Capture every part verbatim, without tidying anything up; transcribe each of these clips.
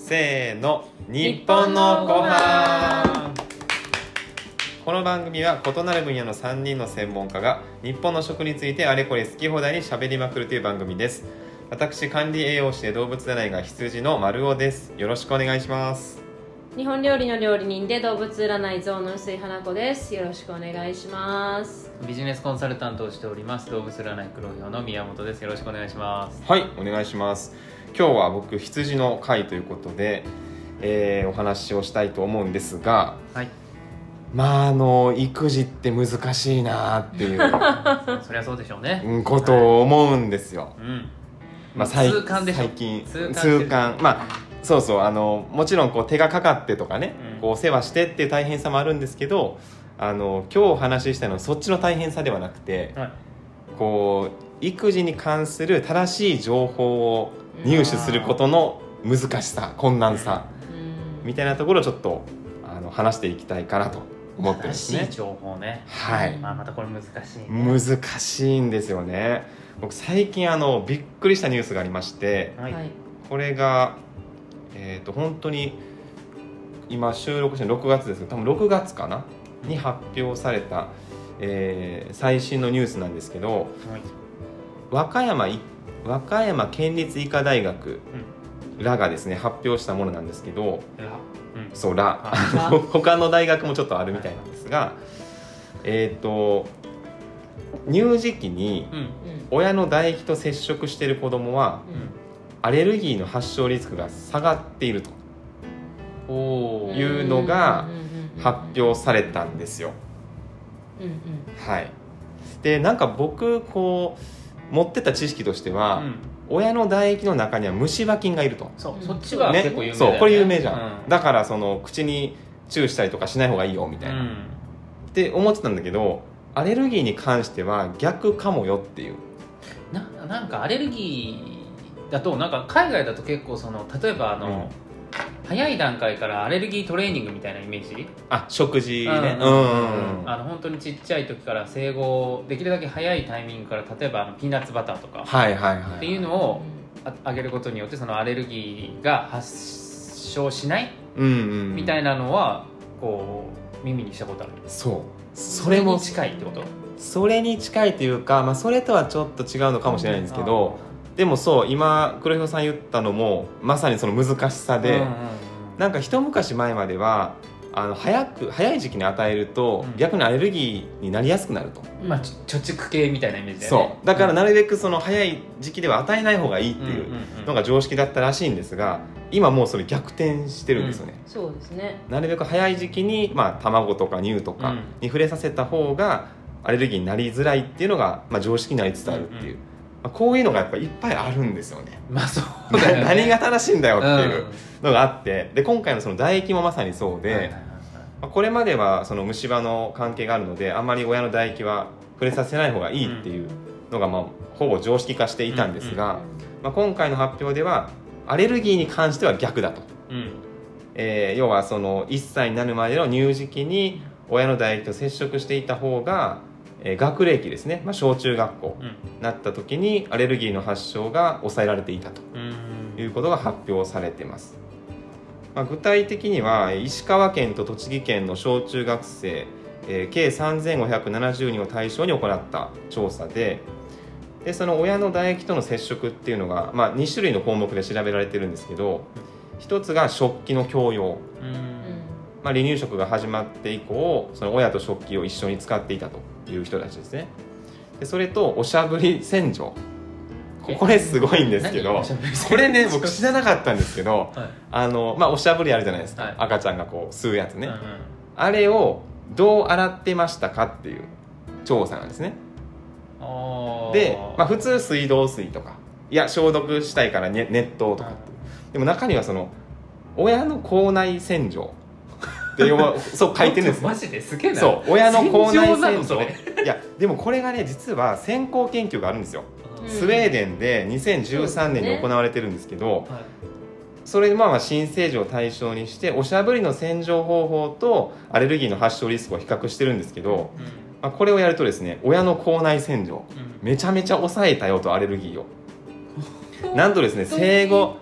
せーの、日本のご飯。この番組は異なる分野のさんにんの専門家が日本の食についてあれこれ好き放題に喋りまくるという番組です。私、管理栄養士で動物占いが羊の丸尾です。よろしくお願いします。 日本料理の料理人で動物占い象の薄井花子です。よろしくお願いします。 ビジネスコンサルタントをしております動物占い黒豹の宮本です。よろしくお願いします。 はい、お願いします。今日は僕羊の会ということで、えー、お話をしたいと思うんですが、 はい、 まああの育児って難しいなっていうそりゃそうでしょうねことを思うんですよ、はい、 うんまあ、最痛感でしょ。 最近痛感痛感まあそうそうあのもちろんこう手がかかってとかね、 うん、 こうお世話してっていう大変さもあるんですけど、あの今日お話ししたのはそっちの大変さではなくて、はい、こう育児に関する正しい情報を入手することの難しさ、困難さ、うん、みたいなところをちょっとあの話していきたいかなと思ってるんですね。 正しい情報ね、 はい、 まあ、またこれ難しい、ね、 難しいんですよね。僕最近あのびっくりしたニュースがありまして、はい、これが、えー、と本当に今収録してろくがつですけど、多分ろくがつかなに発表された、えー、最新のニュースなんですけど、はい、和歌山和歌山県立医科大学らがですね発表したものなんですけど、うん、そうら他の大学もちょっとあるみたいなんですが、はい、えっ、ー、と乳児期に親の唾液と接触している子どもは、うん、アレルギーの発症リスクが下がっているというのが発表されたんですよ、うんうん、はい。でなんか僕こう持ってた知識としては、うん、親の唾液の中には虫歯菌がいると。 そう、そっちは結構有名だよね。 そう、これ有名じゃん、うん、だからその口にチューしたりとかしない方がいいよみたいな、うん、って思ってたんだけど、アレルギーに関しては逆かもよっていう。 な, なんかアレルギーだとなんか海外だと結構その例えばあの、うん、早い段階からアレルギートレーニングみたいなイメージ。 あ、食事ね、うんうんうん、 あの本当にちっちゃい時から生後できるだけ早いタイミングから、例えばあのピーナッツバターとか、 はいはいはいはい、 っていうのをあげることによってそのアレルギーが発症しない、うんうん、みたいなのはこう耳にしたことある。 そう、 それに近いってこと？ それに近いというか、まあ、それとはちょっと違うのかもしれないんですけど、うん、でもそう今黒豹さん言ったのもまさにその難しさで、うんうんうん、なんか一昔前まではあの早く早い時期に与えると、うん、逆にアレルギーになりやすくなると、 まあ、貯蓄系みたいなイメージだよね。 そうだからなるべくその早い時期では与えない方がいいっていうのが常識だったらしいんですが、今もうそれ逆転してるんですよね、 うん、そうですね。 なるべく早い時期に、まあ、卵とか乳とかに触れさせた方がアレルギーになりづらいっていうのが、まあ、常識になりつつあるっていう、うんうん、まあ、こういうのがやっぱいっぱいあるんですよね。 まあそうだよね何が正しいんだよっていうのがあって、で今回のその唾液もまさにそうで、はいはいはいはい、まあ、これまではその虫歯の関係があるのであんまり親の唾液は触れさせない方がいいっていうのが、まあ、ほぼ常識化していたんですが、うんうん、まあ、今回の発表ではアレルギーに関しては逆だと、うん、えー、要はそのいっさいになるまでの乳児期に親の唾液と接触していた方が、えー、学齢期ですね、まあ、小中学校になった時にアレルギーの発症が抑えられていたということが発表されています。まあ、具体的には石川県と栃木県の小中学生、えー、計さんぜんごひゃくななじゅうにんを対象に行った調査で、でその親の唾液との接触っていうのが、まあ、に種類の項目で調べられてるんですけど、ひとつが食器の共用、うん、まあ、離乳食が始まって以降その親と食器を一緒に使っていたという人たちですね。でそれとおしゃぶり洗浄、これすごいんですけど、これね僕知らなかったんですけど、はい、あのまあ、おしゃぶりあるじゃないですか、はい、赤ちゃんがこう吸うやつね、うんうん、あれをどう洗ってましたかっていう調査なんですね。で、まあ、普通水道水とか、いや消毒したいから、ね、熱湯とかって、うん、でも中にはその親の口内洗浄ってそう書いてるんですよ。 マジですげえな。 そう親の口内洗浄、いやでもこれがね実は先行研究があるんですよ、うん、スウェーデンでにせんじゅうさんねんに行われてるんですけど、ね、はい、それでまあ新生児を対象にしておしゃぶりの洗浄方法とアレルギーの発症リスクを比較してるんですけど、うん、まあ、これをやるとですね、親の口内洗浄、うん、めちゃめちゃ抑えたよと、アレルギーをなんとですね、生後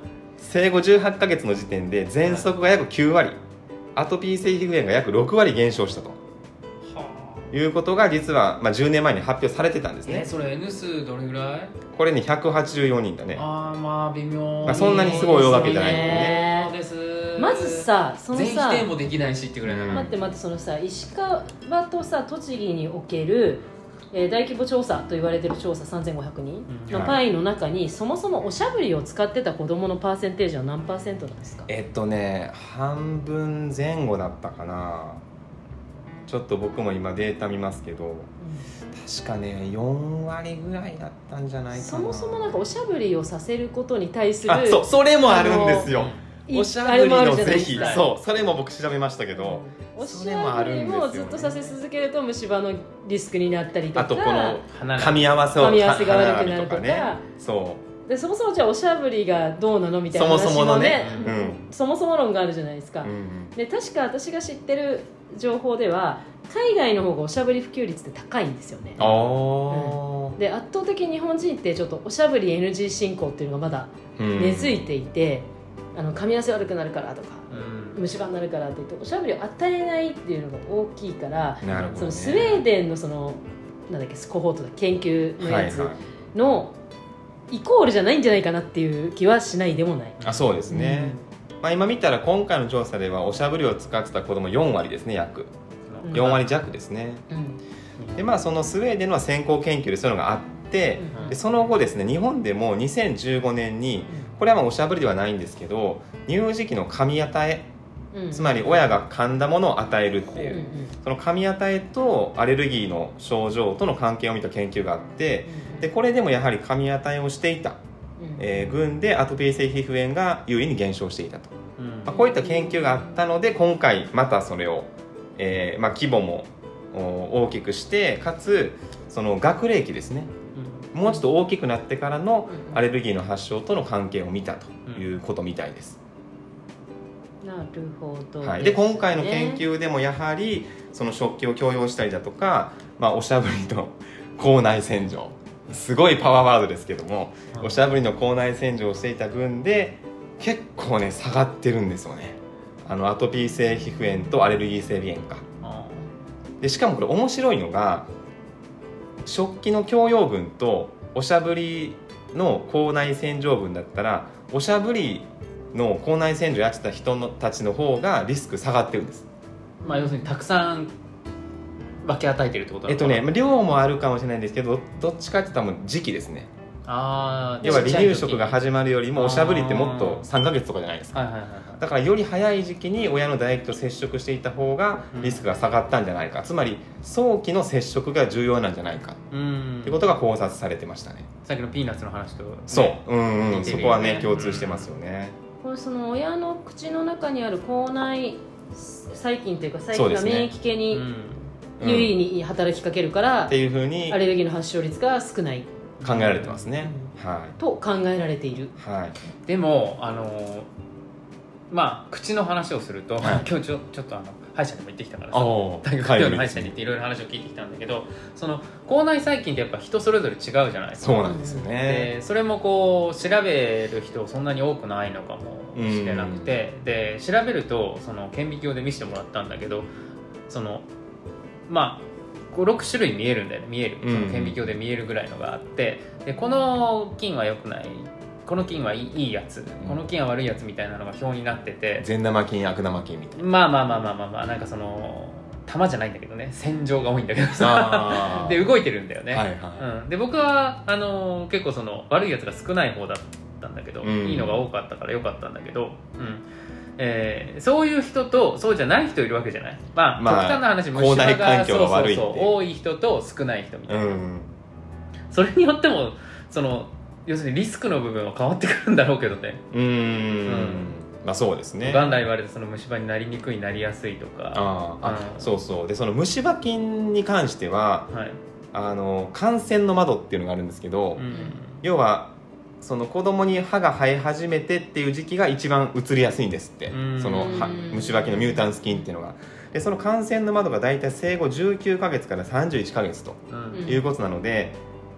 生後じゅうはちかげつの時点で喘息が約きゅうわり、アトピー性皮膚炎が約ろくわり減少したということが実は、まあ、じゅうねんまえに発表されてたんですね。 えそれ N 数どれぐらい？ これねひゃくはちじゅうよにんだね。 ああまあ微妙、 まあ、そんなにすごいわけじゃないんだよね。 そうです。 まずさそのさ全否定もできないしってぐらいな、 うん待って待ってそのさ石川とさ栃木における、えー大規模調査と言われてる調査さんぜんごひゃくにんのはいパイの中に、そもそもおしゃぶりを使ってた子どものパーセンテージは何パーセントなんですか？ えっとね半分前後だったかな。ちょっと僕も今データ見ますけど確かねよんわりぐらいだったんじゃないかな。 そもそもなんかおしゃぶりをさせることに対するあそうそれもあるんですよ。 いおしゃぶりの是非あれもあるじゃないですかそうそれも僕調べましたけど、 おしそれもゃぶりあるんですよねもずっとさせ続けると虫歯のリスクになったりとか、 あとこの鼻が噛み合わせを噛み合わせが悪くなるとかねそでそもそもじゃあおしゃぶりがどうなのみたいなそもそものねねう、うんそもそも論があるじゃないですか、 うんで確か私が知ってる情報では海外の方がおしゃぶり普及率って高いんですよね。 あーで圧倒的に日本人ってちょっとおしゃぶり エヌジー 進行っていうのがまだ根付いていて、あの噛み合わせ悪くなるからとか、 うん虫歯になるからって言っておしゃぶりを与えないっていうのが大きいからなるほどねそのスウェーデンのそのなんだっけコホートだ研究のやつはいはいのイコールじゃないんじゃないかなっていう気はしないでもない。 あそうですね、まあ、今見たら今回の調査ではおしゃぶりを使ってた子供よんわりですね約うんよんわり弱ですね。 うんでまあそのスウェーデンの先行研究でそういうのがあってうんでその後ですね日本でもにせんじゅうごねんにこれはまあおしゃぶりではないんですけど乳児期の噛み与えうんつまり親が噛んだものを与えるっていう、 うんうんその噛み与えとアレルギーの症状との関係を見た研究があってでこれでもやはり噛み与えをしていた、 うんえー群でアトピー性皮膚炎が優位に減少していたと、 うんまあ、こういった研究があったので今回またそれを、えーまあ、規模もお大きくしてかつその学齢期ですねもうちょっと大きくなってからのアレルギーの発症との関係を見たということみたいです。 なるほどですね、 はい、で今回の研究でもやはりその食器を強要したりだとか、まあ、おしゃぶりの口内洗浄すごいパワーワードですけども、おしゃぶりの口内洗浄をしていた群で結構ね下がってるんですよね。あのアトピー性皮膚炎とアレルギー性鼻炎かでしかもこれ面白いのが食器の強要群とおしゃぶりの口内洗浄群だったらおしゃぶりの口内洗浄やってた人のたちの方がリスク下がってるんです。 まあ要するにたくさん分け与えてるってことなのかな。 えっとねまあ量もあるかもしれないんですけどどっちかって言ったらもう時期ですね。 あー要は離乳食がちっ始まるよりもおしゃぶりってもっとさんかげつとかじゃないですか。 ちゃい時はいはいはいはいだからより早い時期に親の唾液と接触していた方がリスクが下がったんじゃないか、うん、つまり早期の接触が重要なんじゃないかうんってことが考察されてましたね。 さっきのピーナッツの話と、ね、 そう、うんうん、 似てるよねそこはね共通してますよね。 これその親の口の中にある口内細菌というか細菌が免疫系にうん有利に働きかけるから、 っていうふうにアレルギーの発症率が少ない考えられてますね。はと考えられている。 いはい。 でもあのーまあ口の話をすると、 はい今日ちょちょっとあの歯医者にも行ってきたからさあ大学病院の歯医者に行っていろいろ話を聞いてきたんだけどその口内細菌ってやっぱ人それぞれ違うじゃないですか。 そうなんですよね。 でそれもこう調べる人そんなに多くないのかもしれなくて、で調べるとその顕微鏡で見せてもらったんだけどそのまあごろく種類見えるんだよね見えるその顕微鏡で見えるぐらいのがあってでこの菌は良くないこの菌はいい、いいやつこの菌は悪いやつみたいなのが表になってて善玉菌悪玉菌みたいな。 まあまあまあまあまあまあなんかその玉じゃないんだけどね線状が多いんだけどさあーで動いてるんだよね、 はいはいうん、で僕はあの結構その悪いやつが少ない方だったんだけど、 うんいいのが多かったから良かったんだけど、うんえーそういう人とそうじゃない人いるわけじゃない、まあ、 まあ極端な話口内環境が悪いっていうそうそうそう多い人と少ない人みたいな、 うんそれによってもその要するにリスクの部分は変わってくるんだろうけどねうーんうんまあそうですね。 元来言われたその虫歯になりにくいなりやすいとかあーあ、 うんそうそうでその虫歯菌に関してははいあの感染の窓っていうのがあるんですけど、 うん要はその子供に歯が生え始めてっていう時期が一番移りやすいんですってうんその歯虫歯菌のミュータンス菌っていうのがでその感染の窓が大体生後じゅうきゅうかげつからさんじゅういっかげつとうんいうことなので、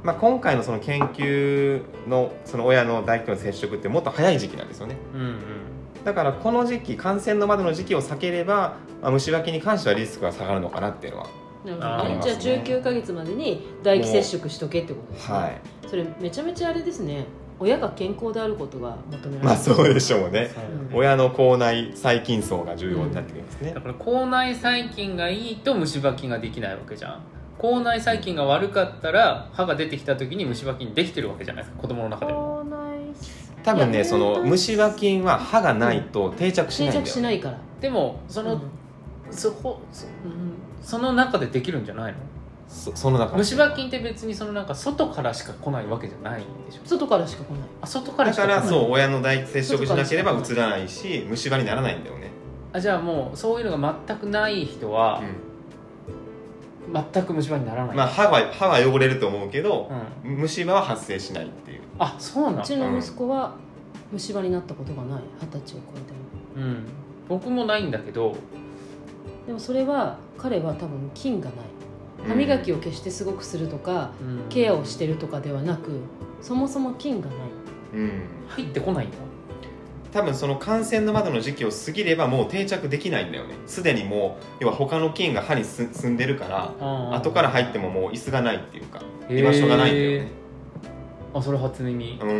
まあ、今回のその研究のその親の唾液との接触ってもっと早い時期なんですよね、 うんうん、 だからこの時期感染のまでの時期を避ければ、まあ、虫歯菌に関してはリスクが下がるのかなっていうのはなるほどね。 ありますね。 じゃあじゅうきゅうかげつまでに唾液接触しとけってことですね。 はい、 それめちゃめちゃあれですね、親が健康であることが求められる。 まあそうでしょうね、 うん、 親の口内細菌層が重要になってくるんですね、 だから口内細菌がいいと虫歯菌ができないわけじゃん。口内細菌が悪かったら歯が出てきた時に虫歯菌できてるわけじゃないですか、子供の中でも。 口内多分ねその虫歯菌は歯がないと定着しないんだよ、ね、 定着しないから。 でもその、うん、そこそ、うん、その中でできるんじゃないの？ そ, その中虫歯菌って別にそのなんか外からしか来ないわけじゃないんでしょ？ 外からしか来ない。 あ、外からしか来ない。 だからそう親の唾液接触しなければ移らないし虫歯にならないんだよね。 あ、じゃあもうそういうのが全くない人は、うん、全く虫歯にならない。 まあ歯は歯は汚れると思うけど、 うん、 虫歯は発生しないっていう。 あ、そうなんだ。 うちの息子は虫歯になったことがない。二十歳を超えても。 うん、僕もないんだけど、 でもそれは彼は多分菌がない。歯磨きを決してすごくするとか、うん、ケアをしてるとかではなく、そもそも菌がない、 うん、 入ってこないんだ。 多分その感染のまでの時期を過ぎればもう定着できないんだよね。すでにもう要は他の菌が歯にす住んでるから後から入ってももう椅子がないっていうか居場所がないんだよね。 あ、それ初耳。 うん、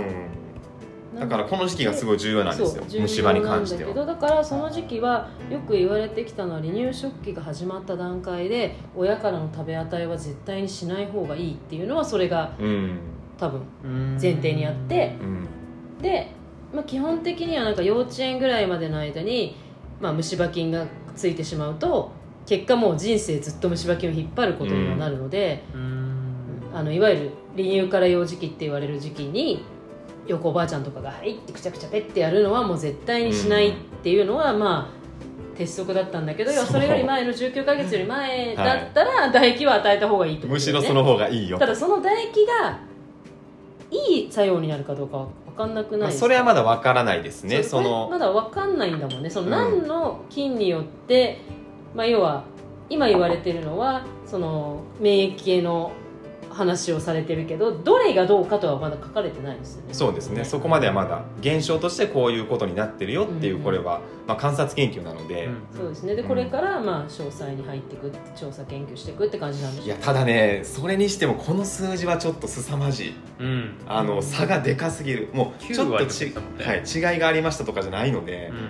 だからこの時期がすごい重要なんですよ、虫歯に関しては。 だ, だからその時期はよく言われてきたのは、離乳食期が始まった段階で親からの食べ与えは絶対にしない方がいいっていうのは、それが多分前提にあって、で、まあ、基本的にはなんか幼稚園ぐらいまでの間に、まあ、虫歯菌がついてしまうと結果もう人生ずっと虫歯菌を引っ張ることにはなるので、あのいわゆる離乳から幼児期って言われる時期に横おばあちゃんとかが入ってくちゃくちゃペッてやるのはもう絶対にしないっていうのは、まあ鉄則だったんだけど、それより前のじゅうきゅうかげつより前だったら唾液は与えた方がいいと、ね、 むしろその方がいいよ。 ただその唾液がいい作用になるかどうかは分かんなくないですか？ まあ、それはまだ分からないですね。 そのまだ分かんないんだもんね。その何の菌によって、うん、まあ、要は今言われてるのはその免疫系の話をされてるけど、どれがどうかとはまだ書かれてないですよね。 そうですね、そこまではまだ現象としてこういうことになってるよっていう、うん、これは、まあ、観察研究なので、うん、 そうですね。でこれからまあ詳細に入っていく、調査研究していくって感じなんでしょう。 いやただね、それにしてもこの数字はちょっと凄まじい、うん、あの差がでかすぎる。もうちょっとち、はい、違いがありましたとかじゃないので、うん、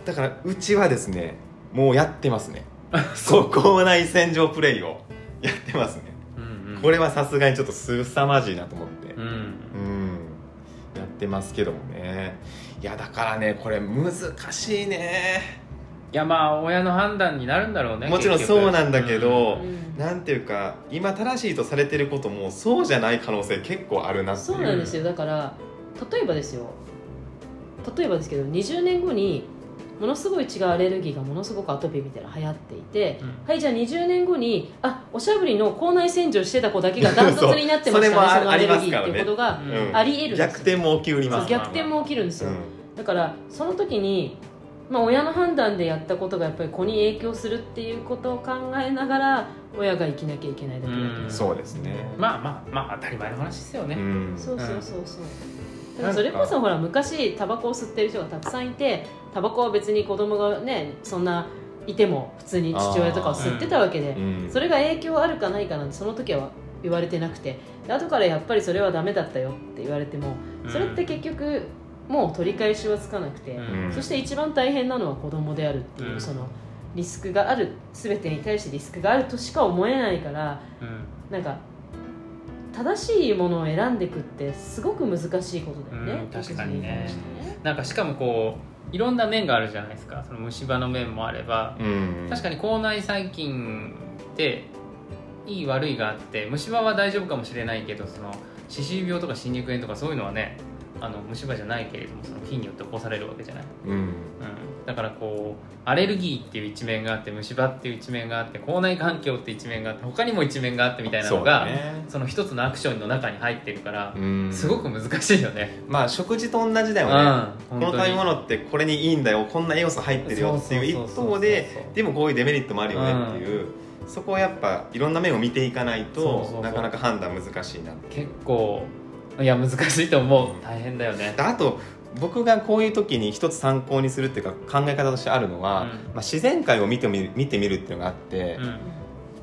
だからうちはですねもうやってますねそこ内洗浄プレイをやってますね。これはさすがにちょっと凄まじいなと思って、うんうん、やってますけどもね。いやだからねこれ難しいね。 いやまあ親の判断になるんだろうね。 もちろんそうなんだけど、うん、なんていうか今正しいとされてることもそうじゃない可能性結構あるなっていう。 そうなんですよ。だから例えばですよ例えばですけどにじゅうねんごにものすごい違うアレルギーがものすごくアトピーみたいなの流行っていて、うん、はいじゃあにじゅうねんごにあおしゃぶりの口内洗浄してた子だけがダントツになってましたねそ, そのアレルギーっていうことがあり得るんですよ、うん、 逆転も起きうります。 逆転も起きるんですよ、うん、だからその時に、まあ、親の判断でやったことがやっぱり子に影響するっていうことを考えながら親が生きなきゃいけないだけだと、うん、 そうですね。 まあまあまあ当たり前の話ですよね、うん、 そうそうそうそう、だからそれこそほら昔タバコを吸ってる人がたくさんいて、タバコは別に子供がねそんないても普通に父親とかを吸ってたわけで、うん、それが影響あるかないかなんてその時は言われてなくて、で後からやっぱりそれはダメだったよって言われても、それって結局もう取り返しはつかなくて、うん、そして一番大変なのは子供であるっていう、うん、そのリスクがある、全てに対してリスクがあるとしか思えないから、うん、なんか正しいものを選んでいくってすごく難しいことだよね、 うん、確かにね。なんかしかもこういろんな面があるじゃないですか。その虫歯の面もあれば、うん、確かに口内細菌っていい悪いがあって、虫歯は大丈夫かもしれないけど、その歯周病とか歯肉炎とかそういうのはね、あの虫歯じゃないけれどもその菌によって起こされるわけじゃない、うんうん、だからこうアレルギーっていう一面があって、虫歯っていう一面があって、口内環境っていう一面があって、他にも一面があってみたいなのが そ,、ね、その一つのアクションの中に入ってるから、すごく難しいよね。 まあ食事と同じだよね、うん、この食べ物ってこれにいいんだよ、こんな栄養素入ってるよっていう一方で、でもこういうデメリットもあるよねっていう、 そこはやっぱいろんな面を見ていかないと、そうそうそう、なかなか判断難しいな。 結構いや難しいと思う、うん、大変だよね。 あと僕がこういう時に一つ参考にするっていうか考え方としてあるのは、うん、まあ、自然界を見てみる、見てみるっていうのがあって、うん、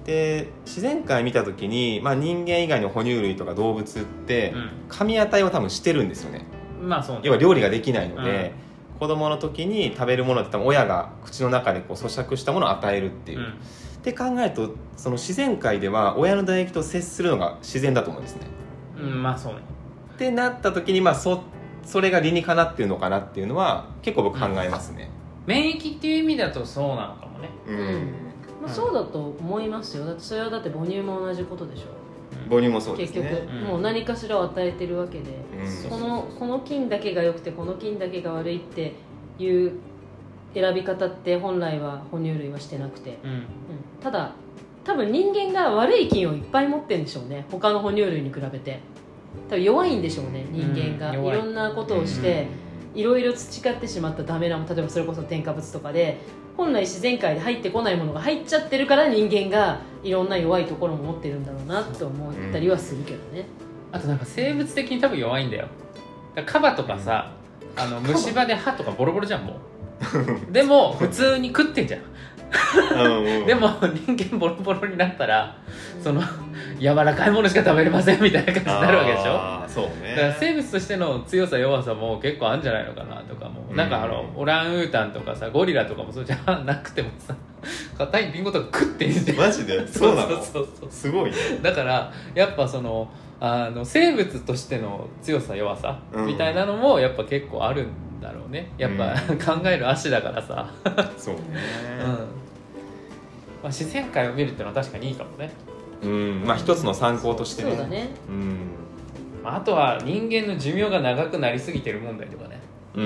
で自然界見た時に、まあ、人間以外の哺乳類とか動物って神値を多分してるんですよね、 まあそうね、 要は料理ができないので、うん、子供の時に食べるものって多分親が口の中でこう咀嚼したものを与えるっていう、うん、って考えるとその自然界では親の唾液と接するのが自然だと思うんですね、 うん、まあそうね。 ってなった時に、まあ、そ, それが理にかなってるのかなっていうのは結構僕考えますね、 うん、免疫っていう意味だとそうなのかもね、 うん、まあ、そうだと思いますよ。だってそれはだって母乳も同じことでしょ。 母乳もそうですね。 結局、うん、もう何かしらを与えてるわけで、うん、このこの菌だけが良くてこの菌だけが悪いっていう選び方って本来は哺乳類はしてなくて、うんうん、ただ多分人間が悪い菌をいっぱい持ってるんでしょうね、他の哺乳類に比べて。多分弱いんでしょうね、人間が、うん、いろんなことをしていろいろ培ってしまったダメなもの、例えばそれこそ添加物とかで本来自然界で入ってこないものが入っちゃってるから人間がいろんな弱いところも持ってるんだろうなと思ったりはするけどね、 うん、あとなんか生物的に多分弱いんだよ。だからカバとかさ、あの虫歯で歯とかボロボロじゃんもうでも普通に食ってんじゃんでも人間ボロボロになったらその柔らかいものしか食べれませんみたいな感じになるわけでしょ。 あ、そうね、 だから生物としての強さ弱さも結構あるんじゃないのかなとかも、うん、なんかあのオランウータンとかさゴリラとかもそうじゃなくてもさ硬いリンゴとか食ってんじゃん。 マジでそうなの。 そうそうそう、すごいね。 だからやっぱそのあの生物としての強さ弱さみたいなのもやっぱ結構あるんだろうね、やっぱ、うん、考える足だからさそうね、 うん、まあ、自然界を見るってのは確かにいいかもね。 うん、まあ一つの参考としてね。 そうだね、 うん、 あとは人間の寿命が長くなりすぎてる問題とかね。 うん、うん、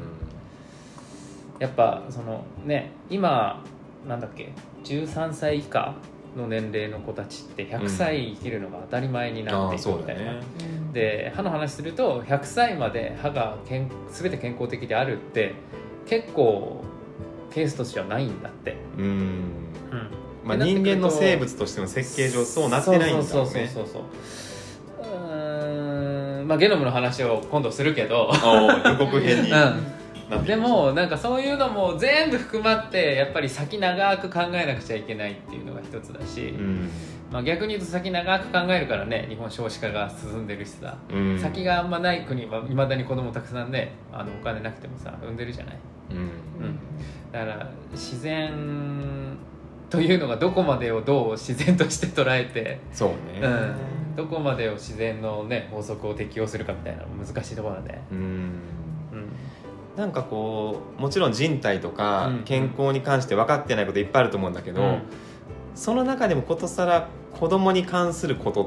やっぱそのね、今なんだっけじゅうさんさい以下の年齢の子たちってひゃくさい生きるのが当たり前になっていくみたいな、うんね、で歯の話するとひゃくさいまで歯がけん全て健康的であるって結構ケースとしてはないんだって。うん、うん、 まあ、人間の生物としての設計上そうなってないんだろうね。 そうそうそうそうそう。うーん、まあゲノムの話を今度するけど予告編に、 うん、でもなんかそういうのも全部含まってやっぱり先長く考えなくちゃいけないっていうのが一つだし、うん、まあ、逆に言うと先長く考えるからね、日本少子化が進んでるしさ、うん、先があんまない国はいまだに子供たくさんね、あのお金なくてもさ産んでるじゃない、うんうん、だから自然というのがどこまでをどう自然として捉えて、 そうね、うん、 どこまでを自然の、ね、法則を適用するかみたいな難しいところだね。うん、うん、 なんかこうもちろん人体とか健康に関して分かってないこといっぱいあると思うんだけど、うん、その中でもことさら子供に関することって、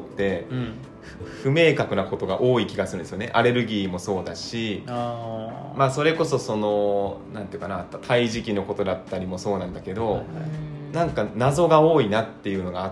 うん、不明確なことが多い気がするんですよね。アレルギーもそうだし、あ、まあ、それこそそのなんていうかな、胎児期のことだったりもそうなんだけど、はいはい、なんか謎が多いなっていうのがあって、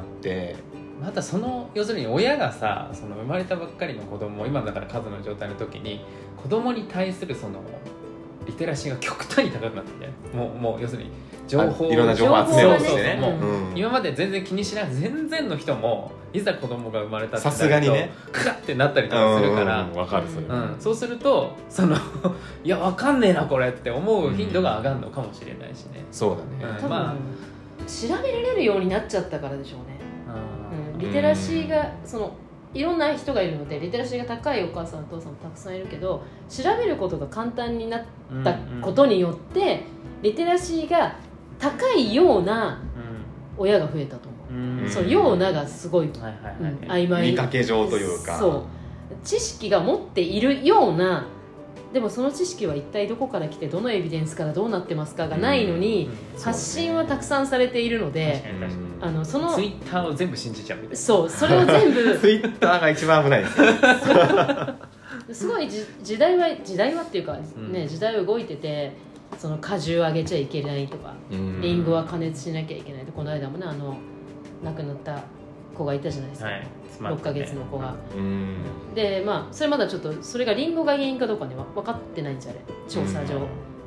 またその要するに親がさ、その生まれたばっかりの子供、今だから数の状態の時に子供に対するそのリテラシーが極端に高くなってね、もう、もう要するに情報いろんな情報を集めようとしてね、 もう、うん、今まで全然気にしない全然の人もいざ子供が生まれたってなるとさすがにねクラッてなったりとかするから、 分かるそれ、 うん、そうするとそのいや分かんねえなこれって思う頻度が上がるのかもしれないしね、 うん、そうだね、 うん、まあ調べられるようになっちゃったからでしょうね、うん、リテラシーがそのいろんな人がいるのでリテラシーが高いお母さんお父さんもたくさんいるけど、調べることが簡単になったことによって、うんうん、リテラシーが高いような親が増えたと思う、うん、そうようながすごい、はいはいはい、うん、曖昧、 見かけ上というか、 そう知識が持っているような、でもその知識は一体どこから来てどのエビデンスからどうなってますかがないのに、うん、発信はたくさんされているので、 あのそのツイッターを全部信じちゃうみたいな、 そうそれを全部ツイッターが一番危ないですすごいじ時代は時代はっていうか、ね、時代は動いてて、その果汁あげちゃいけないとか、リンゴは加熱しなきゃいけないと、この間もね、あの亡くなった子がいたじゃないですか、はい、ろっかげつの子が、うん、でまあそれまだちょっとそれがリンゴが原因かどうかね分かってないんじゃあれ調査上、うん、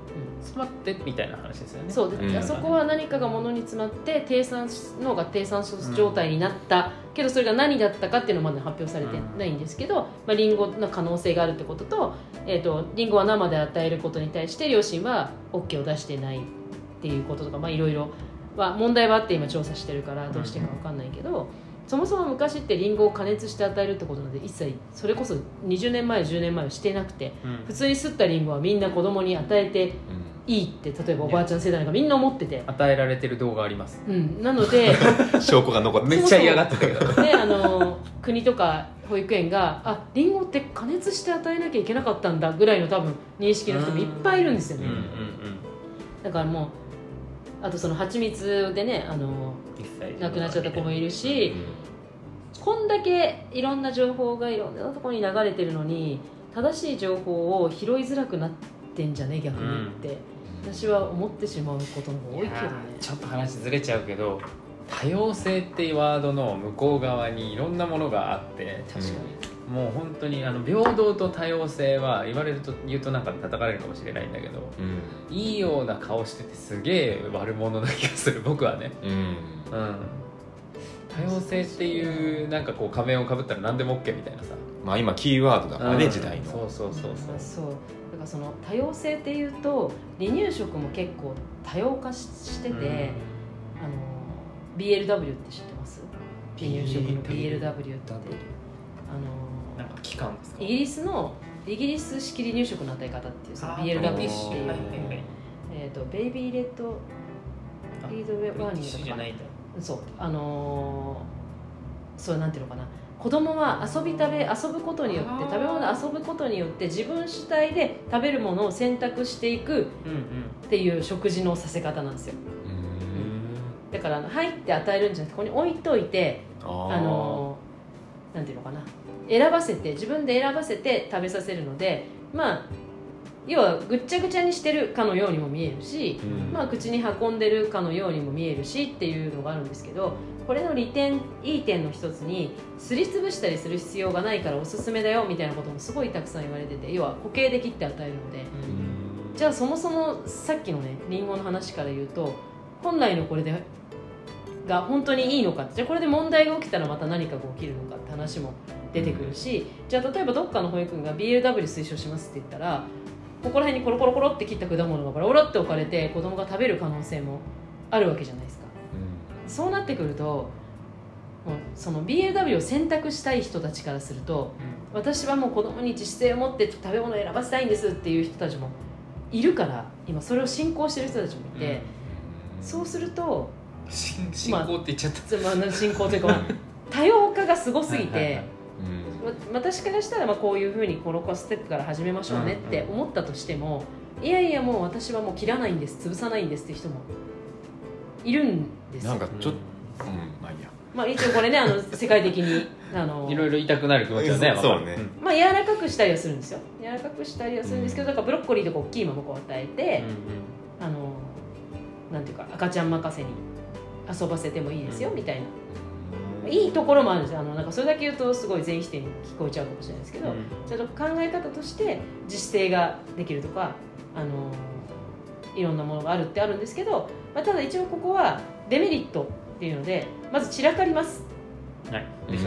詰まってみたいな話ですよね。 そうで、うん、あそこは何かが物に詰まって低酸脳が低酸素状態になった、うん、けどそれが何だったかっていうのはまだ発表されてないんですけど、うんまあ、リンゴの可能性があるってことと、えーと、リンゴは生で与えることに対して両親は OK を出してないっていうこととか、まあ、いろいろは問題はあって今調査してるからどうしてか分かんないけど、うん、そもそも昔ってリンゴを加熱して与えるってことなんで一切それこそにじゅうねんまえじゅうねんまえはしてなくて、うん、普通にすったリンゴはみんな子供に与えていいって例えばおばあちゃん世代なんかみんな思ってて与えられてる動画あります、 うん、なので証拠が残ってめっちゃ嫌がってたけどであの国とか保育園があリンゴって加熱して与えなきゃいけなかったんだぐらいの多分認識の人もいっぱいいるんですよね、うんうんうん、だからもうあとその蜂蜜でねあの亡くなっちゃった子もいるし、うん、こんだけいろんな情報がいろんなところに流れてるのに正しい情報を拾いづらくなってんじゃね逆にって、うん、私は思ってしまうことの方が多いけどね。 ちょっと話ずれちゃうけど多様性っていうワードの向こう側にいろんなものがあって確かにもう本当にあの平等と多様性は言われると言うとなんか叩かれるかもしれないんだけど、うん、いいような顔しててすげえ悪者な気がする僕はね、うんうん、多様性っていうなんかこう仮面をかぶったら何でも OK みたいなさ、 まあ今キーワードだからね、うん、時代のそうそうそうそうそうだからその多様性っていうと離乳食も結構多様化してて、うん、あの ビーエルダブリュー って知ってます？離乳食の ビーエルダブリュー ってあのなんか機関ですか？ イギリスのイギリス式離乳食の与え方っていうその ビーエルダブリュー っていう、えーとベイビーレッドリードウェワーニングとかそうあのー、そうなんていうのかな子供は遊び食べ遊ぶことによって食べ物で遊ぶことによって自分主体で食べるものを選択していくっていう食事のさせ方なんですよ、うん、だから入って与えるんじゃなくてここに置いといてあのー、なんていうのかな選ばせて自分で選ばせて食べさせるのでまあ要はぐっちゃぐちゃにしてるかのようにも見えるし、うんまあ、口に運んでるかのようにも見えるしっていうのがあるんですけどこれの利点いい点の一つにすりつぶしたりする必要がないからおすすめだよみたいなこともすごいたくさん言われてて要は固形で切って与えるので、うん、じゃあそもそもさっきのねリンゴの話から言うと本来のこれでが本当にいいのかじゃあこれで問題が起きたらまた何かが起きるのかって話も出てくるし、うん、じゃあ例えばどっかの保育園が ビーエルダブリュー 推奨しますって言ったらここら辺にコロコロコロって切った果物がバラバラって置かれて子供が食べる可能性もあるわけじゃないですか、うん、そうなってくるとその ビーエルダブリュー を選択したい人たちからすると、うん、私はもう子供に自主性を持って食べ物を選ばせたいんですっていう人たちもいるから今それを信仰してる人たちもいて、うん、そうすると信仰って言っちゃった、 まあ、まあ、信仰というか、まあ、多様化がすごすぎてはいはい、はいうん、私からしたらまあこういうふうにこのステップから始めましょうねって思ったとしても、うんうん、いやいやもう私はもう切らないんです潰さないんですっていう人もいるんですよ。 なんかちょっと、うん、うん、まあいいや、 まあ、一応これねあの世界的にあのいろいろ言いたくなる気持ちはねそうね、 まあ、柔らかくしたりはするんですよ柔らかくしたりはするんですけど、うん、だからブロッコリーとか大きいままこう与えて、うんうん、あのなんていうか赤ちゃん任せに遊ばせてもいいですよ、うん、みたいないいところもあるんですよあのなんかそれだけ言うとすごい全否定に聞こえちゃうかもしれないですけど、うん、ちょっと考え方として自主性ができるとかあのいろんなものがあるってあるんですけど、まあ、ただ一応ここはデメリットっていうのでまず散らかります、 はいうん、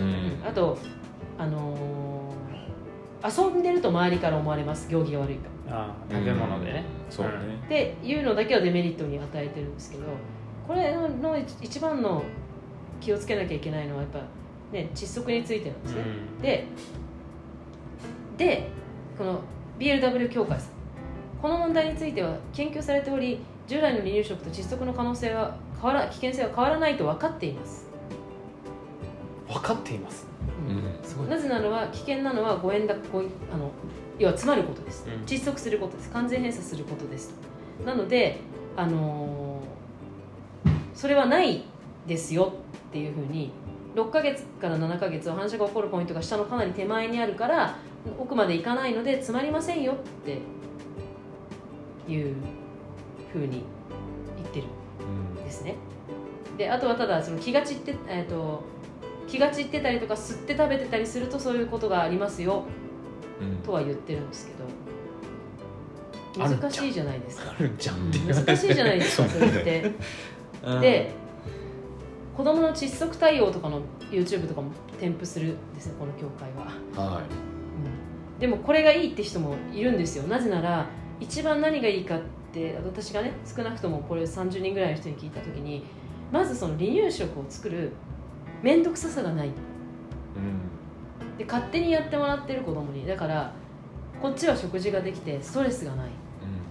あと、あのー、遊んでると周りから思われます行儀が悪いとあ食べ物でね、 うん、そうねっていうのだけはデメリットに与えてるんですけどこれの一番の気をつけなきゃいけないのはやっぱ、ね、窒息についてなんですね、うん、で, でこの ビーエルダブリュー 協会さんこの問題については研究されており従来の離乳食と窒息の可能性は変わら危険性は変わらないと分かっています分かっています、 うん、すごいなぜなのは危険なのは誤嚥だごあの要は詰まることです、うん、窒息することです完全閉鎖することですなので、あのー、それはないですよっていうふうにろっかげつからななかげつは反射が起こるポイントが下のかなり手前にあるから奥までいかないので詰まりませんよっていうふうに言ってるんですね、うん、であとはただその気が散って、えーと、気が散ってたりとか吸って食べてたりするとそういうことがありますよ、うん、とは言ってるんですけど難しいじゃないですか。 あるんじゃんって難しいじゃないですかそれって、うん、で子供の窒息対応とかの YouTube とかも添付するんですよこの協会は、はい、うん、でもこれがいいって人もいるんですよ。なぜなら一番何がいいかって私がね少なくともこれさんじゅうにんぐらいの人に聞いた時にまずその離乳食を作る面倒くささがない、うん、で勝手にやってもらってる子供にだからこっちは食事ができてストレスがない、うん、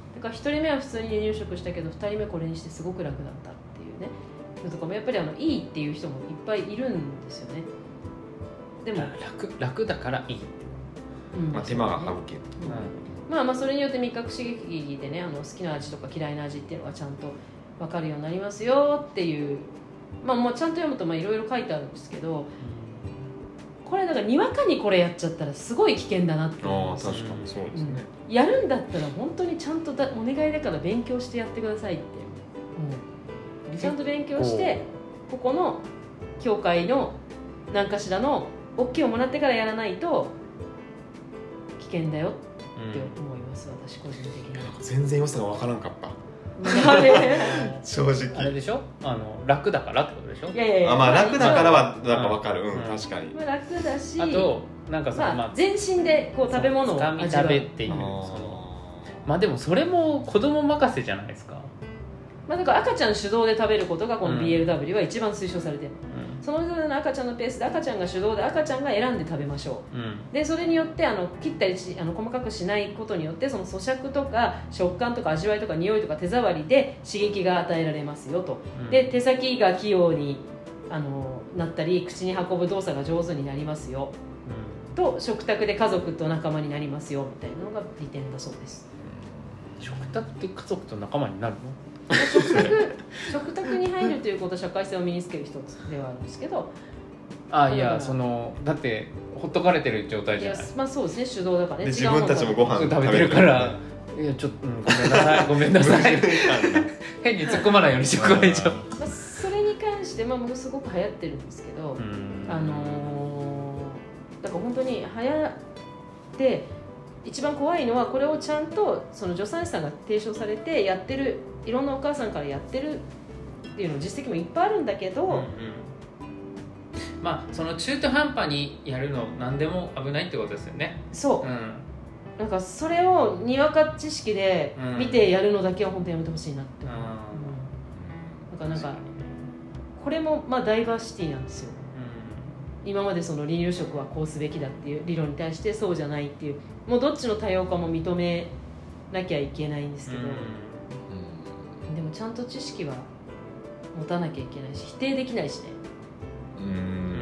だからひとりめは普通に離乳食したけどふたりめこれにしてすごく楽だったっていうねのとかもやっぱりあのいいっていう人もいっぱいいるんですよね。でも楽, 楽だからいい、 うんまあ、手間が省ける、 うん、まあまあそれによって味覚刺激でねあの好きな味とか嫌いな味っていうのがちゃんと分かるようになりますよっていうまあもうちゃんと読むといろいろ書いてあるんですけど、これだからにわかにこれやっちゃったらすごい危険だなって思います。 あ確かにそうですね、 うん、やるんだったら本当にちゃんとだお願いだから勉強してやってくださいって、うん、ちゃんと勉強してここの教会の何かしらの OK をもらってからやらないと危険だよって思います、うん、私個人的に全然良さが分からんかった正直あれでしょあの楽だからってことでしょ。 いやいやいやあ、まあ、楽だからはなんか分かる、うんうん、確かに、 まあ、楽だしあとなんかその、 まあ、全身でこう食べ物を味わう食べっていうそのまあでもそれも子供任せじゃないですか。 まあ、だから赤ちゃん主導で食べることがこの ビーエルダブリュー は一番推奨されてる、うん、そのぞれの赤ちゃんのペースで赤ちゃんが主導で赤ちゃんが選んで食べましょう、うん、でそれによってあの切ったりしあの細かくしないことによってその咀嚼とか食感とか味わいとか匂いとか手触りで刺激が与えられますよと、うん、で手先が器用にあのなったり口に運ぶ動作が上手になりますよ、うん、と食卓で家族と仲間になりますよみたいなのが利点だそうです。 食卓で家族と仲間になるの食卓食卓に入るということは社会性を身につける一つではあるんですけどあいやそのだってほっとかれてる状態じゃない。 いやまあそうですね手動だからね。 自分たちもご飯食べてるからいやちょっと、うん、ごめんなさいごめんなさい変に突っ込まないようにしておかないと。 まあそれに関してまあものすごく流行ってるんですけどあのー、だから本当に流行って一番怖いのはこれをちゃんとその助産師さんが提唱されてやってるいろんなお母さんからやってるっていうの実績もいっぱいあるんだけど、うんうん、 まあその中途半端にやるの何でも危ないってことですよね。 そう、うん、なんかそれをにわか知識で見てやるのだけは本当にやめてほしいなって思う、うん、なんかなんかこれもまあダイバーシティなんですよ。今までその離乳食はこうすべきだっていう理論に対してそうじゃないっていうもうどっちの多様化も認めなきゃいけないんですけど、うん、でもちゃんと知識は持たなきゃいけないし否定できないしね。 うーん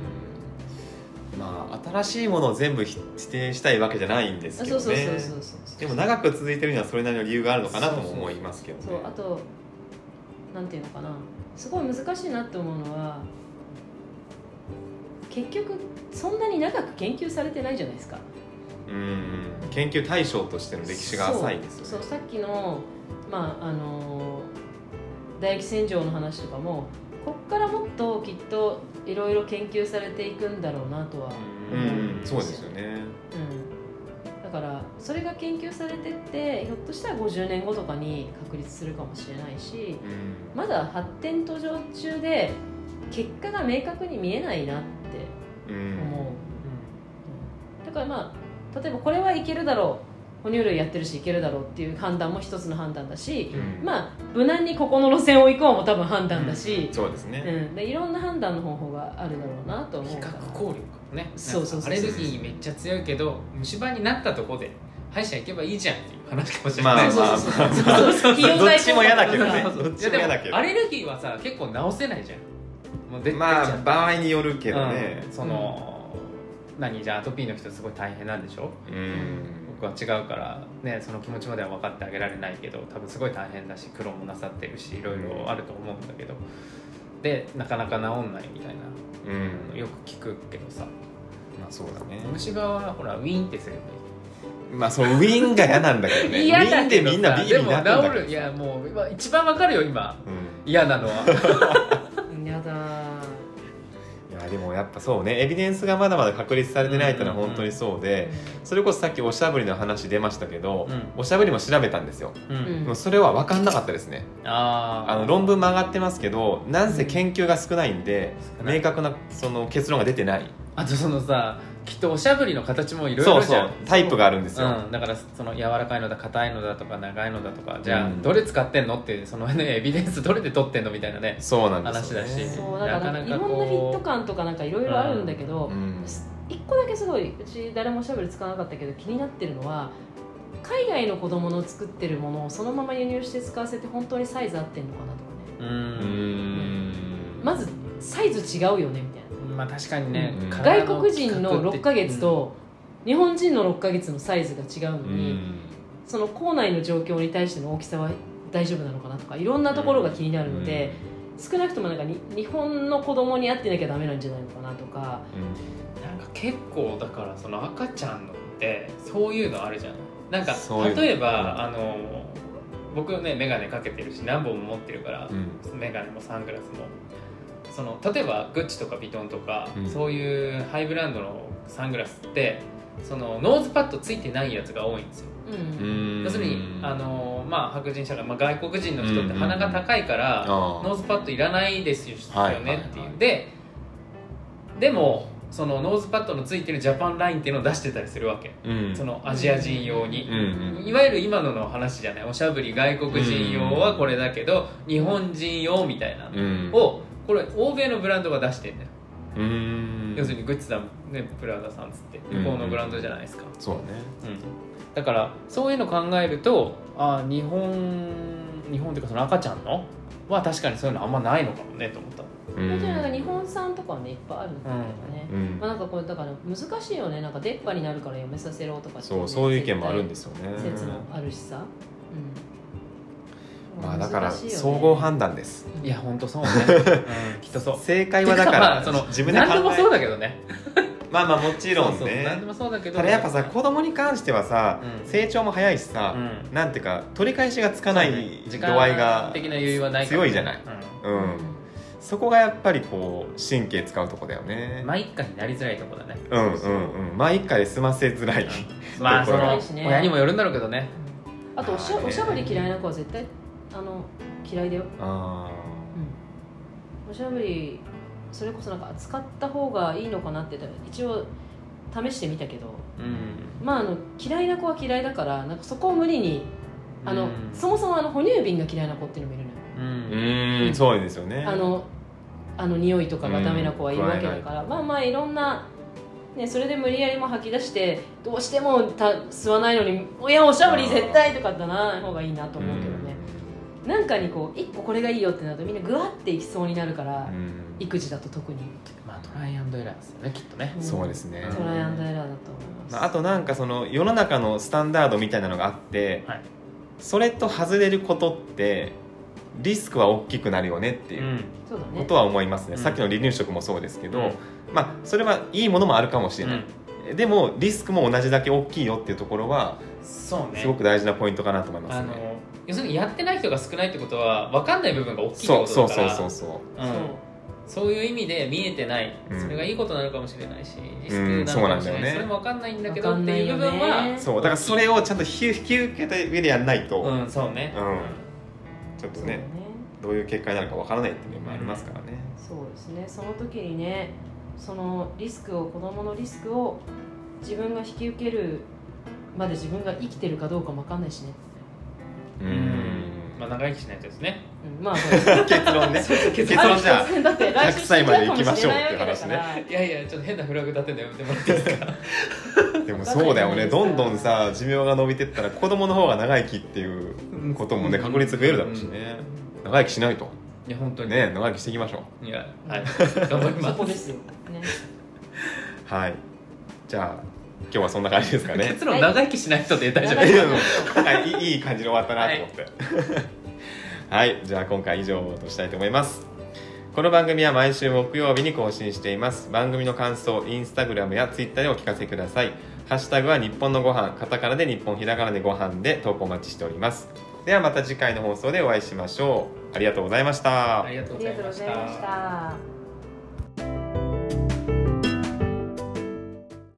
まあ新しいものを全部否定したいわけじゃないんですけどね。でも長く続いてるにはそれなりの理由があるのかなとも思いますけどね。 そうそうそうそうあとなんていうのかなすごい難しいなって思うのは結局そんなに長く研究されてないじゃないですか。 うん研究対象としての歴史が浅いですよね。 そう、そうさっきの、まああの唾液洗浄の話とかもこっからもっときっといろいろ研究されていくんだろうなとは思うんですよ。 うんそうですよね、 うん、だからそれが研究されてってひょっとしたらごじゅうねんごとかに確立するかもしれないし、うん、まだ発展途上中で結果が明確に見えないなって思う、うんうん、だからまあ例えばこれはいけるだろう哺乳類やってるしいけるだろうっていう判断も一つの判断だし、うん、まあ無難にここの路線を行こうも多分判断だし、 うん、そうですね、 うん、でいろんな判断の方法があるだろうなと思うから比較効力ね。 そうそうそうそうアレルギーめっちゃ強いけど虫歯になったとこで歯医者行けばいいじゃんっていう話かもしれない。まあまあまあどっちも嫌だけどねどっちも嫌だけどアレルギーはさ結構治せないじゃん。もう出てきちゃまあ場合によるけどね、 うん、その、うん、何じゃあアトピーの人すごい大変なんでしょ。うん僕は違うからねその気持ちまでは分かってあげられないけど多分すごい大変だし苦労もなさってるしいろいろあると思うんだけどでなかなか治んないみたいな、うん、よく聞くけどさまあそうだね。 虫歯はほらウィーンってすればいい。 まあそうウィーンが嫌なんだけどね嫌だけどウィーンでみんなビールになってんだけどでも治るいやもう一番わかるよ今、うん、嫌なのはやだいやでもやっぱそうね、エビデンスがまだまだ確立されてないっていうのは本当にそうで、それこそさっきおしゃぶりの話出ましたけど、うん、おしゃぶりも調べたんですよ、うん、でもそれは分かんなかったですね。ああの論文も上がってますけど、なんせ研究が少ないんで、うん、明確なその結論が出てない。 あとそのさ、きっとおしゃぶりの形もいろいろじゃん。 そうそう、タイプがあるんですよ、 うん、だからその柔らかいのだ、硬いのだとか長いのだとか、じゃあ、うん、どれ使ってんのって、その、ね、エビデンスどれで取ってんのみたいなね、 そうなんですよね、 話だし、 そうだからいろんなフィット感とかなんかいろいろあるんだけど、うん、一個だけすごい、うち誰もおしゃぶり使わなかったけど気になってるのは、海外の子供の作ってるものをそのまま輸入して使わせて本当にサイズ合ってんのかなとかね。うーん、まずサイズ違うよねみたいな。 まあ確かにね、 うん、外国人のろっかげつと日本人のろっかげつのサイズが違うのに、うん、その校内の状況に対しての大きさは大丈夫なのかなとか、いろんなところが気になるので、うん、少なくともなんかに日本の子供に合ってなきゃダメなんじゃないのかなとか、 うん、なんか結構だからその赤ちゃんのってそういうのあるじゃん。なんか例えば、あの僕ねメガネかけてるし何本も持ってるから、うん、メガネもサングラスもその例えばグッチとかヴィトンとか、うん、そういうハイブランドのサングラスってそのノーズパッドついてないやつが多いんですよ、うん、要するにあの、まあ、白人社会、まあ、外国人の人って鼻が高いから、うん、ノーズパッドいらないですよねっていう、はいはいはい、ででもそのノーズパッドのついてるジャパンラインっていうのを出してたりするわけ、うん、そのアジア人用に、うんうん、いわゆる今のの話じゃない、おしゃぶり外国人用はこれだけど、うん、日本人用みたいなのを、うんこれ欧米のブランドが出してんだよ。うーん、要するにグッチさん、ね、プラダさんつって向こうのブランドじゃないですか、 うん、そうね、 うん、だからそういうの考えると、あ日本日本っていうかその赤ちゃんのは確かにそういうのあんまないのかもねと思った。 うん、なんか日本産とかはねいっぱいあるんだけどね、うんまあ、なんかこれだから難しいよね。なんか出っ歯になるからやめさせろとか、ね、 そうそういう意見もあるんですよね。 説もあるしさ、うん、 まあだから総合判断です。 いや本当そうね、うん、きっとそう。 正解はだから、まあ、その自分で考え何でもそうだけどね。 まあまあもちろんね。そうそう何でもそうだけど。 ただやっぱさ子供に関してはさ、うん、成長も早いしさ、うん、なんていうか取り返しがつかない度合いが強いじゃない。うん。うん、そこがやっぱりこう神経使うとこだよね。 まあ一家になりづらいとこだね。 うんうんうん。まあ一家で済ませづらい。 まあその親にもよるんだろうけどね。 あとおしゃおしゃぶり嫌いな子は絶対あの嫌いだよ。ああ、うん。おしゃぶりそれこそなんか使った方がいいのかなって一応試してみたけど、うん、まああの嫌いな子は嫌いだからなんかそこを無理にあの、うん、そもそもあの哺乳瓶が嫌いな子っていうのもいるのよ。 うん、うん、そうですよね。 あのあの匂いとかがダメな子はいるわけだから、うん、まあまあいろんな。ね、それで無理やりも吐き出してどうしてもた吸わないのにいやおしゃぶり絶対とかだな方がいいなと思うけどね、うん、なんかにこう一個これがいいよってなるとみんなグワッていきそうになるから、うん、育児だと特に、 まあ、トライアンドエラーですよねきっとね、 うん、そうですねトライアンドエラーだと思います、 まあ、あとなんかその世の中のスタンダードみたいなのがあって、はい、それと外れることってリスクは大きくなるよねっていうことは思いますね、うん、さっきの離乳食もそうですけど、うんまあ、それはいいものもあるかもしれない、うん、でもリスクも同じだけ大きいよっていうところはそう、ね、すごく大事なポイントかなと思いますね。あの要するにやってない人が少ないってことは分かんない部分が大きいってことだからそうそうそうそう、うん、そういう意味で見えてない、うん、それがいいことなのかもしれないしリスクなのかもしれない、うん そ, ね、それも分かんないんだけどっていう部分はそうだからそれをちゃんと引き受けた上でやんないと、 うん、そうね、うん、 ちょっと ね, ねどういう結果になるか分からないっていうのもありますからね、 うん、そうですね。その時にねそのリスクを子どものリスクを自分が引き受けるまで自分が生きてるかどうかも分かんないしね。 うーんまあ長生きしないとですね、 うん、まあそうです結論ね結論じゃあひゃくさいまで生きましょうっていう話ね。 いやいやちょっと変なフラグ立てるのやめてもらっていいですかでもそうだよねどんどんさ寿命が伸びてったら子供の方が長生きっていうこともね確率増えるだろうしね、うん、長生きしないといや本当にね長生きしていきましょう。 いやはい頑張りますそこですよ、ね、 はいじゃあ今日はそんな感じですかね。 結論長生きしない人で大丈夫ですか、はい、いい感じで終わったなと思ってはい、はい、じゃあ今回以上としたいと思います。この番組は毎週木曜日に更新しています。番組の感想インスタグラムやツイッターでお聞かせください。ハッシュタグは日本のご飯カタカナで日本ひらがなでご飯で投稿お待ちしております。ではまた次回の放送でお会いしましょう。ありがとうございました。 ありがとうございました。